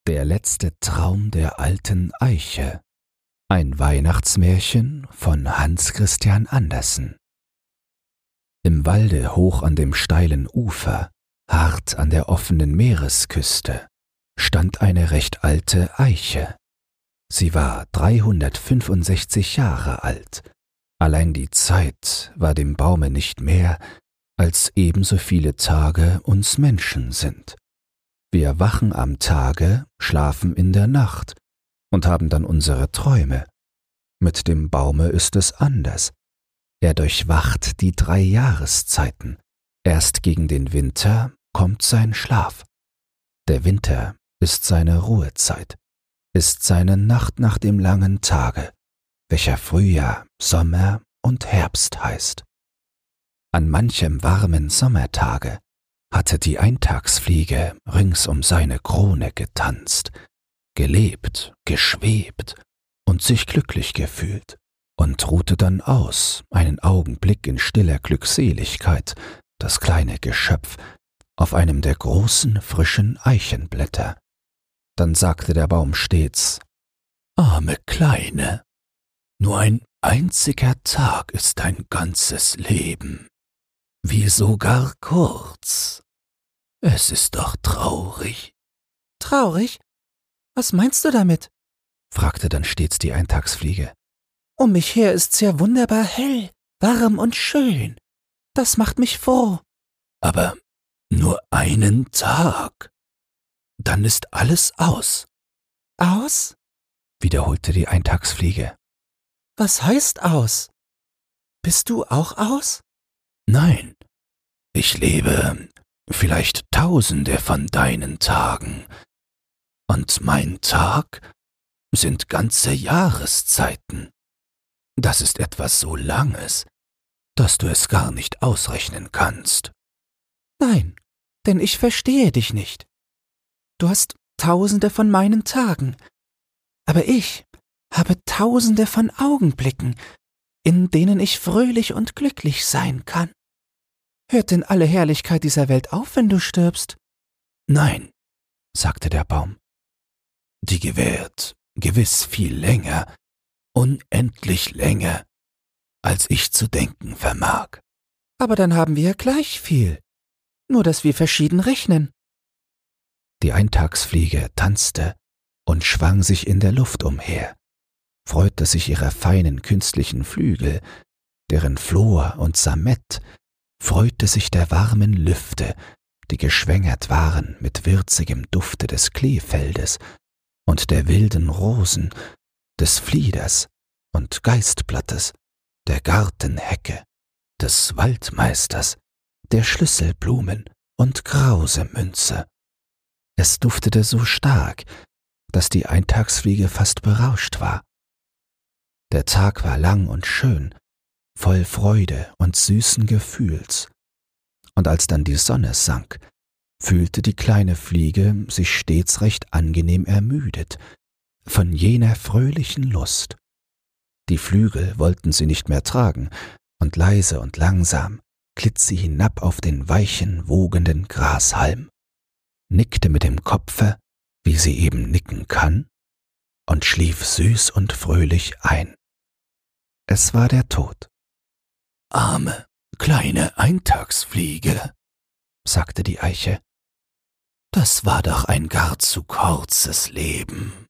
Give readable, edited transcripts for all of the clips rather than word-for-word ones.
Der letzte Traum der alten Eiche. Ein Weihnachtsmärchen von Hans Christian Andersen. Im Walde hoch an dem steilen Ufer, hart an der offenen Meeresküste, stand eine recht alte Eiche. Sie war 365 Jahre alt. Allein die Zeit war dem Baume nicht mehr, als ebenso viele Tage uns Menschen sind. Wir wachen am Tage, schlafen in der Nacht und haben dann unsere Träume. Mit dem Baume ist es anders. Er durchwacht die 3 Jahreszeiten. Erst gegen den Winter kommt sein Schlaf. Der Winter ist seine Ruhezeit, ist seine Nacht nach dem langen Tage, welcher Frühjahr, Sommer und Herbst heißt. An manchem warmen Sommertage hatte die Eintagsfliege rings um seine Krone getanzt, gelebt, geschwebt und sich glücklich gefühlt und ruhte dann aus, einen Augenblick in stiller Glückseligkeit, das kleine Geschöpf, auf einem der großen, frischen Eichenblätter. Dann sagte der Baum stets: »Arme Kleine, nur ein einziger Tag ist dein ganzes Leben. Wieso gar kurz? Es ist doch traurig.« »Traurig? Was meinst du damit?« fragte dann stets die Eintagsfliege. »Um mich her ist's ja wunderbar hell, warm und schön. Das macht mich froh.« »Aber nur einen Tag. Dann ist alles aus.« »Aus?« wiederholte die Eintagsfliege. »Was heißt aus? Bist du auch aus?« »Nein, ich lebe vielleicht Tausende von deinen Tagen, und mein Tag sind ganze Jahreszeiten. Das ist etwas so Langes, dass du es gar nicht ausrechnen kannst.« »Nein, denn ich verstehe dich nicht. Du hast Tausende von meinen Tagen, aber ich habe Tausende von Augenblicken, in denen ich fröhlich und glücklich sein kann. Hört denn alle Herrlichkeit dieser Welt auf, wenn du stirbst?« »Nein«, sagte der Baum, »die gewährt gewiss viel länger, unendlich länger, als ich zu denken vermag.« »Aber dann haben wir ja gleich viel, nur dass wir verschieden rechnen.« Die Eintagsfliege tanzte und schwang sich in der Luft umher, freute sich ihrer feinen künstlichen Flügel, deren Flor und Samett, freute sich der warmen Lüfte, die geschwängert waren mit würzigem Dufte des Kleefeldes und der wilden Rosen, des Flieders und Geistblattes, der Gartenhecke, des Waldmeisters, der Schlüsselblumen und Krausemünze. Es duftete so stark, dass die Eintagsfliege fast berauscht war. Der Tag war lang und schön, voll Freude und süßen Gefühls, und als dann die Sonne sank, fühlte die kleine Fliege sich stets recht angenehm ermüdet von jener fröhlichen Lust. Die Flügel wollten sie nicht mehr tragen, und leise und langsam glitt sie hinab auf den weichen, wogenden Grashalm, nickte mit dem Kopfe, wie sie eben nicken kann, und schlief süß und fröhlich ein. Es war der Tod. »Arme, kleine Eintagsfliege«, sagte die Eiche, »das war doch ein gar zu kurzes Leben.«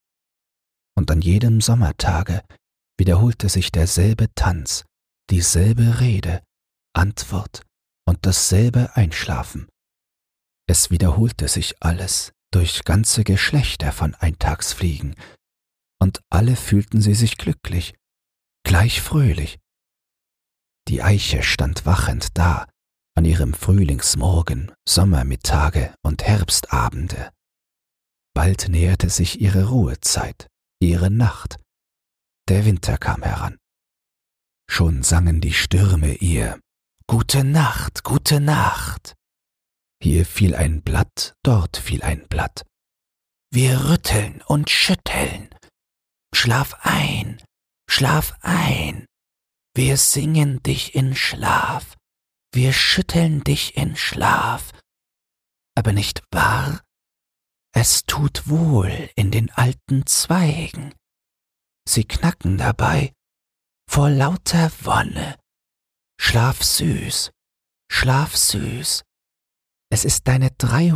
Und an jedem Sommertage wiederholte sich derselbe Tanz, dieselbe Rede, Antwort und dasselbe Einschlafen. Es wiederholte sich alles durch ganze Geschlechter von Eintagsfliegen, und alle fühlten sie sich glücklich, gleich fröhlich. Die Eiche stand wachend da, an ihrem Frühlingsmorgen, Sommermittage und Herbstabende. Bald näherte sich ihre Ruhezeit, ihre Nacht. Der Winter kam heran. Schon sangen die Stürme ihr »Gute Nacht, gute Nacht«. Hier fiel ein Blatt, dort fiel ein Blatt. Wir rütteln und schütteln. Schlaf ein, schlaf ein. Wir singen dich in Schlaf. Wir schütteln dich in Schlaf. Aber nicht wahr? Es tut wohl in den alten Zweigen. Sie knacken dabei vor lauter Wonne. Schlaf süß, schlaf süß. Es ist deine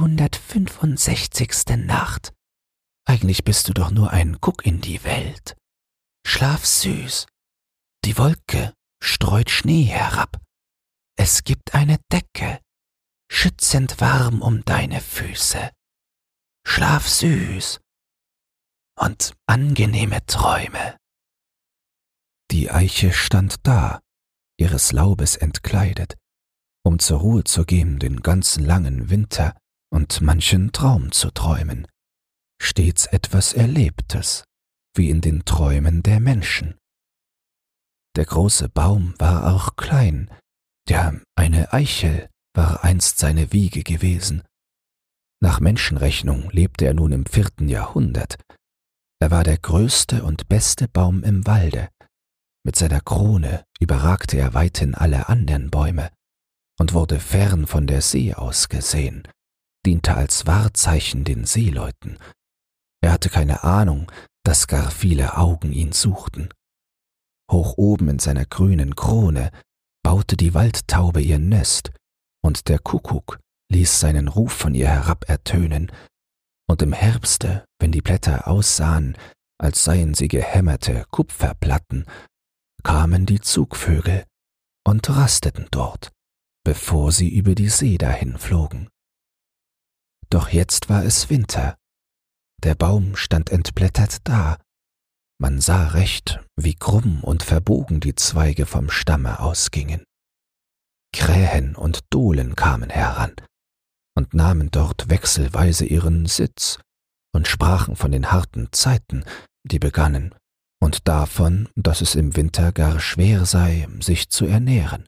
365. Nacht. Eigentlich bist du doch nur ein Guck in die Welt. Schlaf süß. Die Wolke streut Schnee herab. Es gibt eine Decke, schützend warm um deine Füße. Schlaf süß und angenehme Träume. Die Eiche stand da, ihres Laubes entkleidet, um zur Ruhe zu gehen den ganzen langen Winter und manchen Traum zu träumen. Stets etwas Erlebtes, wie in den Träumen der Menschen. Der große Baum war auch klein, ja, eine Eichel war einst seine Wiege gewesen. Nach Menschenrechnung lebte er nun im 4. Jahrhundert. Er war der größte und beste Baum im Walde. Mit seiner Krone überragte er weithin alle anderen Bäume und wurde fern von der See aus gesehen, diente als Wahrzeichen den Seeleuten. Er hatte keine Ahnung, dass gar viele Augen ihn suchten. Hoch oben in seiner grünen Krone baute die Waldtaube ihr Nest, und der Kuckuck ließ seinen Ruf von ihr herab ertönen, und im Herbste, wenn die Blätter aussahen, als seien sie gehämmerte Kupferplatten, kamen die Zugvögel und rasteten dort, bevor sie über die See dahin flogen. Doch jetzt war es Winter. Der Baum stand entblättert da. Man sah recht, wie krumm und verbogen die Zweige vom Stamme ausgingen. Krähen und Dohlen kamen heran und nahmen dort wechselweise ihren Sitz und sprachen von den harten Zeiten, die begannen, und davon, dass es im Winter gar schwer sei, sich zu ernähren.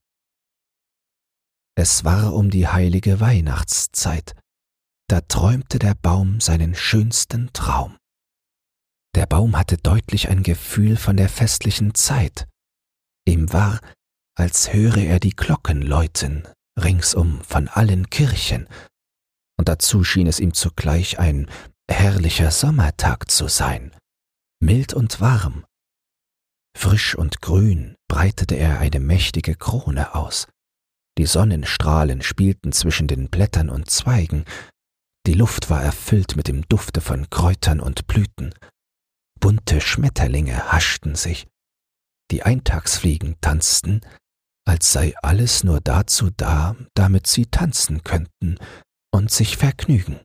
Es war um die heilige Weihnachtszeit. Da träumte der Baum seinen schönsten Traum. Der Baum hatte deutlich ein Gefühl von der festlichen Zeit. Ihm war, als höre er die Glocken läuten, ringsum von allen Kirchen, und dazu schien es ihm zugleich ein herrlicher Sommertag zu sein, mild und warm. Frisch und grün breitete er eine mächtige Krone aus. Die Sonnenstrahlen spielten zwischen den Blättern und Zweigen. Die Luft war erfüllt mit dem Dufte von Kräutern und Blüten. Bunte Schmetterlinge haschten sich. Die Eintagsfliegen tanzten, als sei alles nur dazu da, damit sie tanzen könnten und sich vergnügen.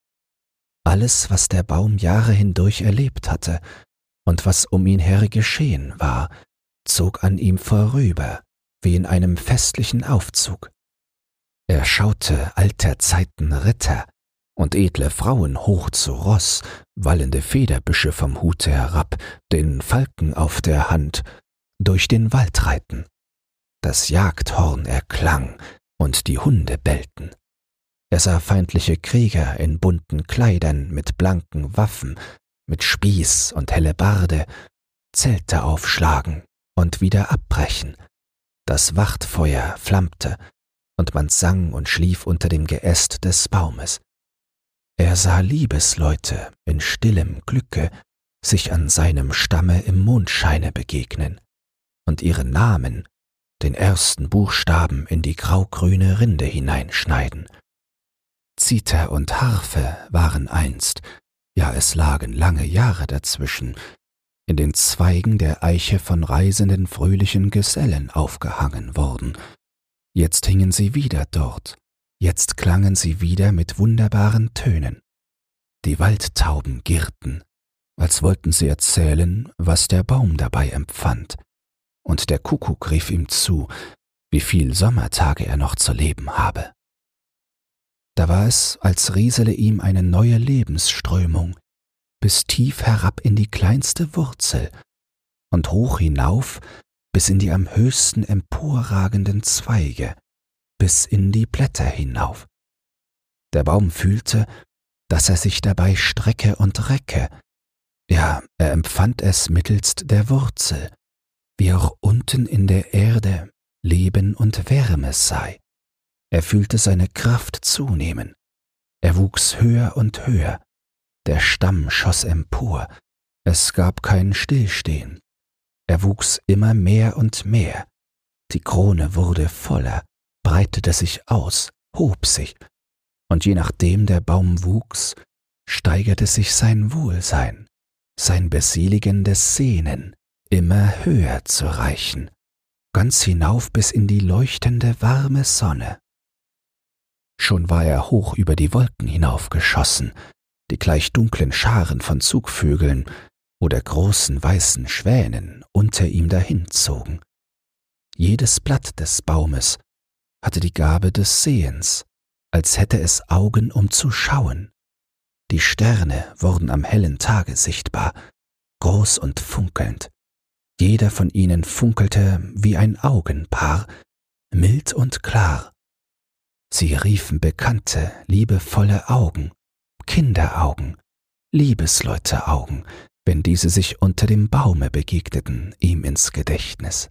Alles, was der Baum Jahre hindurch erlebt hatte und was um ihn her geschehen war, zog an ihm vorüber, wie in einem festlichen Aufzug. Er schaute alter Zeiten Ritter und edle Frauen hoch zu Ross, wallende Federbüsche vom Hute herab, den Falken auf der Hand, durch den Wald reiten. Das Jagdhorn erklang und die Hunde bellten. Er sah feindliche Krieger in bunten Kleidern mit blanken Waffen, mit Spieß und Hellebarde, Zelte aufschlagen und wieder abbrechen. Das Wachtfeuer flammte, und man sang und schlief unter dem Geäst des Baumes. Er sah Liebesleute in stillem Glücke sich an seinem Stamme im Mondscheine begegnen und ihre Namen, den ersten Buchstaben, in die graugrüne Rinde hineinschneiden. Zither und Harfe waren einst, ja es lagen lange Jahre dazwischen, in den Zweigen der Eiche von reisenden fröhlichen Gesellen aufgehangen worden. Jetzt hingen sie wieder dort, jetzt klangen sie wieder mit wunderbaren Tönen. Die Waldtauben girrten, als wollten sie erzählen, was der Baum dabei empfand, und der Kuckuck rief ihm zu, wie viel Sommertage er noch zu leben habe. Da war es, als riesele ihm eine neue Lebensströmung bis tief herab in die kleinste Wurzel und hoch hinauf bis in die am höchsten emporragenden Zweige, bis in die Blätter hinauf. Der Baum fühlte, dass er sich dabei strecke und recke, ja, er empfand es mittelst der Wurzel, wie auch unten in der Erde Leben und Wärme sei. Er fühlte seine Kraft zunehmen. Er wuchs höher und höher, Der Stamm schoss empor, es gab kein Stillstehen. Er wuchs immer mehr und mehr. Die Krone wurde voller, breitete sich aus, hob sich, und je nachdem der Baum wuchs, steigerte sich sein Wohlsein, sein beseligendes Sehnen, immer höher zu reichen, ganz hinauf bis in die leuchtende warme Sonne. Schon war er hoch über die Wolken hinaufgeschossen, die gleich dunklen Scharen von Zugvögeln oder großen weißen Schwänen unter ihm dahinzogen. Jedes Blatt des Baumes hatte die Gabe des Sehens, als hätte es Augen, um zu schauen. Die Sterne wurden am hellen Tage sichtbar, groß und funkelnd. Jeder von ihnen funkelte wie ein Augenpaar, mild und klar. Sie riefen bekannte, liebevolle Augen, Kinderaugen, Liebesleuteaugen, wenn diese sich unter dem Baume begegneten, ihm ins Gedächtnis.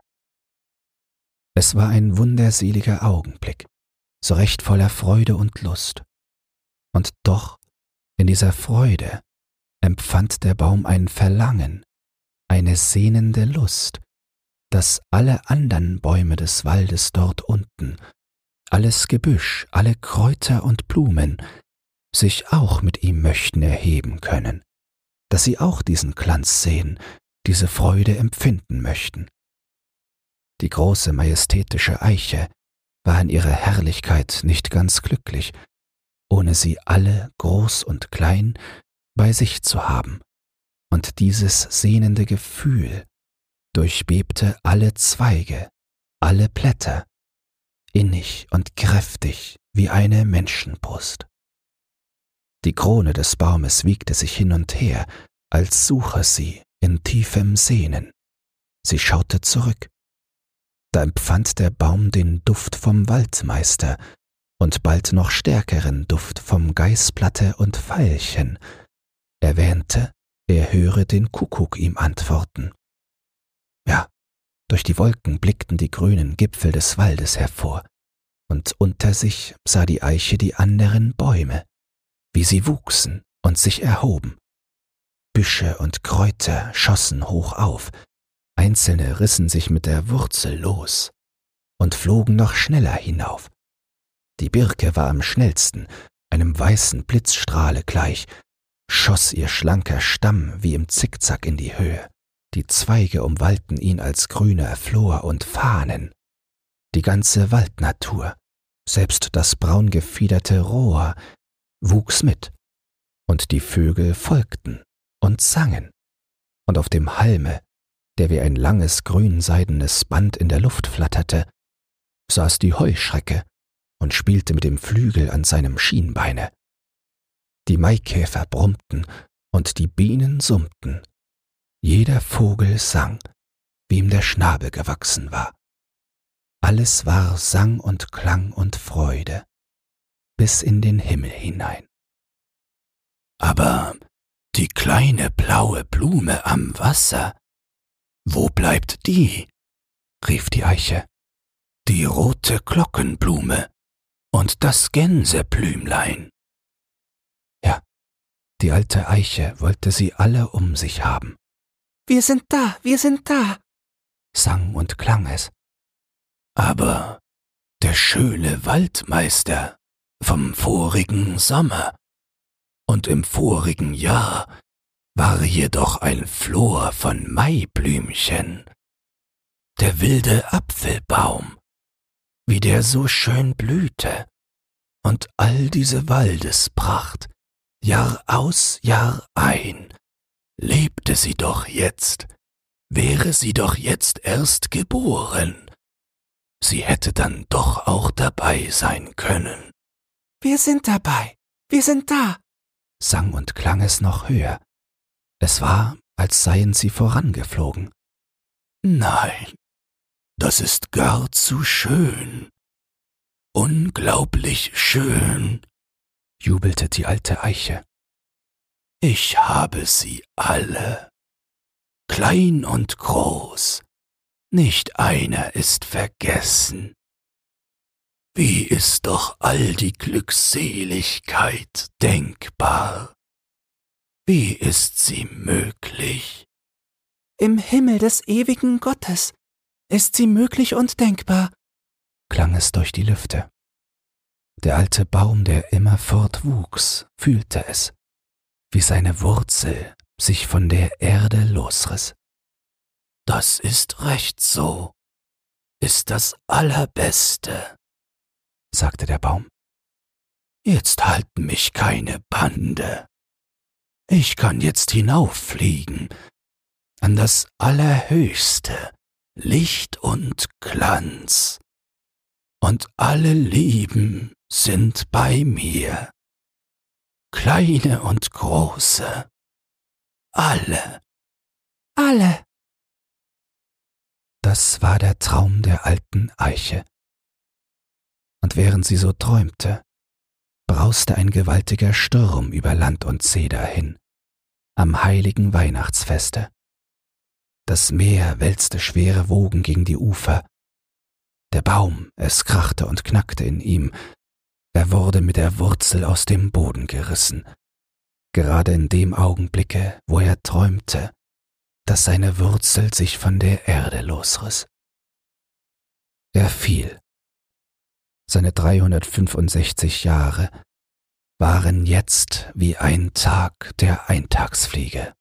Es war ein wunderseliger Augenblick, so recht voller Freude und Lust. Und doch, in dieser Freude, empfand der Baum ein Verlangen, eine sehnende Lust, dass alle andern Bäume des Waldes dort unten, alles Gebüsch, alle Kräuter und Blumen, sich auch mit ihm möchten erheben können, dass sie auch diesen Glanz sehen, diese Freude empfinden möchten. Die große majestätische Eiche war in ihrer Herrlichkeit nicht ganz glücklich, ohne sie alle, groß und klein, bei sich zu haben, und dieses sehnende Gefühl durchbebte alle Zweige, alle Blätter, innig und kräftig wie eine Menschenbrust. Die Krone des Baumes wiegte sich hin und her, als suche sie in tiefem Sehnen. Sie schaute zurück. Da empfand der Baum den Duft vom Waldmeister und bald noch stärkeren Duft vom Geißblatte und Veilchen. Er wähnte, er höre den Kuckuck ihm antworten. Ja, durch die Wolken blickten die grünen Gipfel des Waldes hervor, und unter sich sah die Eiche die anderen Bäume, wie sie wuchsen und sich erhoben. Büsche und Kräuter schossen hoch auf, einzelne rissen sich mit der Wurzel los und flogen noch schneller hinauf. Die Birke war am schnellsten, einem weißen Blitzstrahle gleich, schoss ihr schlanker Stamm wie im Zickzack in die Höhe. Die Zweige umwallten ihn als grüner Flor und Fahnen. Die ganze Waldnatur, selbst das braungefiederte Rohr, wuchs mit, und die Vögel folgten und sangen, und auf dem Halme, der wie ein langes grünseidenes Band in der Luft flatterte, saß die Heuschrecke und spielte mit dem Flügel an seinem Schienbeine. Die Maikäfer brummten und die Bienen summten. Jeder Vogel sang, wie ihm der Schnabel gewachsen war. Alles war Sang und Klang und Freude, bis in den Himmel hinein. Aber die kleine blaue Blume am Wasser, wo bleibt die? Rief die Eiche. Die rote Glockenblume und das Gänseblümlein. Ja, die alte Eiche wollte sie alle um sich haben. Wir sind da, sang und klang es. Aber der schöne Waldmeister vom vorigen Sommer und im vorigen Jahr war jedoch ein Flor von Maiblümchen, der wilde Apfelbaum, wie der so schön blühte, und all diese Waldespracht, Jahr aus, Jahr ein, lebte sie doch jetzt, wäre sie doch erst geboren. Sie hätte dann doch auch dabei sein können. Wir sind dabei, wir sind da, sang und klang es noch höher. Es war, als seien sie vorangeflogen. Nein, das ist gar zu schön. Unglaublich schön, jubelte die alte Eiche. Ich habe sie alle, klein und groß, nicht einer ist vergessen. Wie ist doch all die Glückseligkeit denkbar? Wie ist sie möglich? Im Himmel des ewigen Gottes ist sie möglich und denkbar, klang es durch die Lüfte. Der alte Baum, der immerfort wuchs, fühlte es, wie seine Wurzel sich von der Erde losriss. Das ist recht so, ist das Allerbeste, sagte der Baum. Jetzt halten mich keine Bande. Ich kann jetzt hinauffliegen an das Allerhöchste, Licht und Glanz. Und alle Lieben sind bei mir, kleine und große, alle. alle. Das war der Traum der alten Eiche. Und während sie so träumte, brauste ein gewaltiger Sturm über Land und See dahin, am heiligen Weihnachtsfeste. Das Meer wälzte schwere Wogen gegen die Ufer. Der Baum, es krachte und knackte in ihm. Er wurde mit der Wurzel aus dem Boden gerissen, gerade in dem Augenblicke, wo er träumte, dass seine Wurzel sich von der Erde losriss. Er fiel. Seine 365 Jahre waren jetzt wie ein Tag der Eintagsfliege.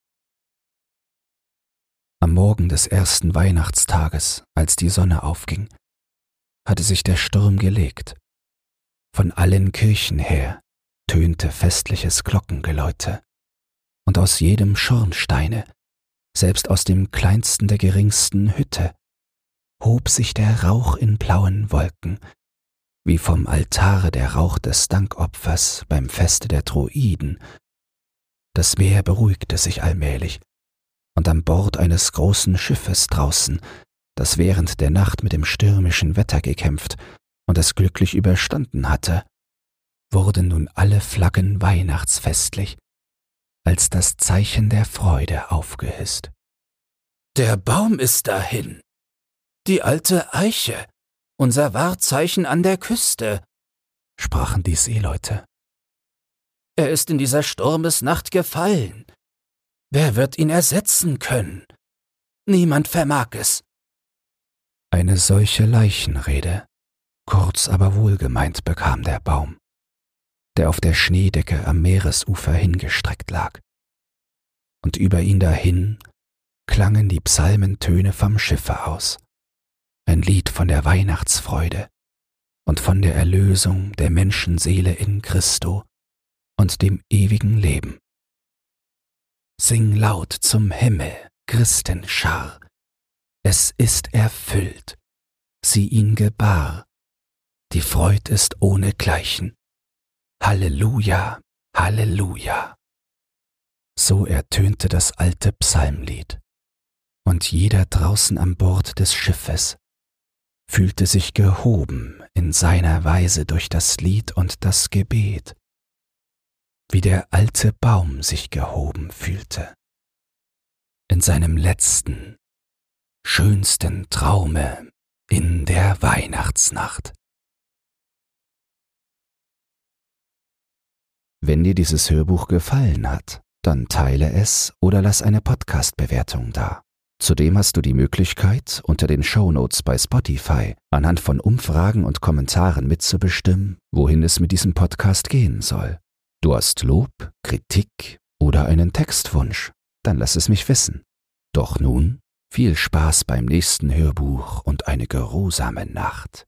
Am Morgen des ersten Weihnachtstages, als die Sonne aufging, hatte sich der Sturm gelegt. Von allen Kirchen her tönte festliches Glockengeläute, und aus jedem Schornsteine, selbst aus dem kleinsten der geringsten Hütte, hob sich der Rauch in blauen Wolken, wie vom Altare der Rauch des Dankopfers beim Feste der Troiden. Das Meer beruhigte sich allmählich, und an Bord eines großen Schiffes draußen, das während der Nacht mit dem stürmischen Wetter gekämpft und es glücklich überstanden hatte, wurden nun alle Flaggen weihnachtsfestlich, als das Zeichen der Freude aufgehisst. »Der Baum ist dahin, die alte Eiche, unser Wahrzeichen an der Küste«, sprachen die Seeleute. »Er ist in dieser Sturmesnacht gefallen. Wer wird ihn ersetzen können? Niemand vermag es.« Eine solche Leichenrede, kurz aber wohlgemeint, bekam der Baum, der auf der Schneedecke am Meeresufer hingestreckt lag. Und über ihn dahin klangen die Psalmentöne vom Schiffe aus, ein Lied von der Weihnachtsfreude und von der Erlösung der Menschenseele in Christo und dem ewigen Leben. Sing laut zum Himmel, Christenschar, es ist erfüllt, sie ihn gebar, die Freud ist ohnegleichen. Halleluja, Halleluja. So ertönte das alte Psalmlied, und jeder draußen an Bord des Schiffes fühlte sich gehoben in seiner Weise durch das Lied und das Gebet, wie der alte Baum sich gehoben fühlte, in seinem letzten, schönsten Traume in der Weihnachtsnacht. Wenn dir dieses Hörbuch gefallen hat, dann teile es oder lass eine Podcast-Bewertung da. Zudem hast du die Möglichkeit, unter den Shownotes bei Spotify anhand von Umfragen und Kommentaren mitzubestimmen, wohin es mit diesem Podcast gehen soll. Du hast Lob, Kritik oder einen Textwunsch, dann lass es mich wissen. Doch nun viel Spaß beim nächsten Hörbuch und eine geruhsame Nacht.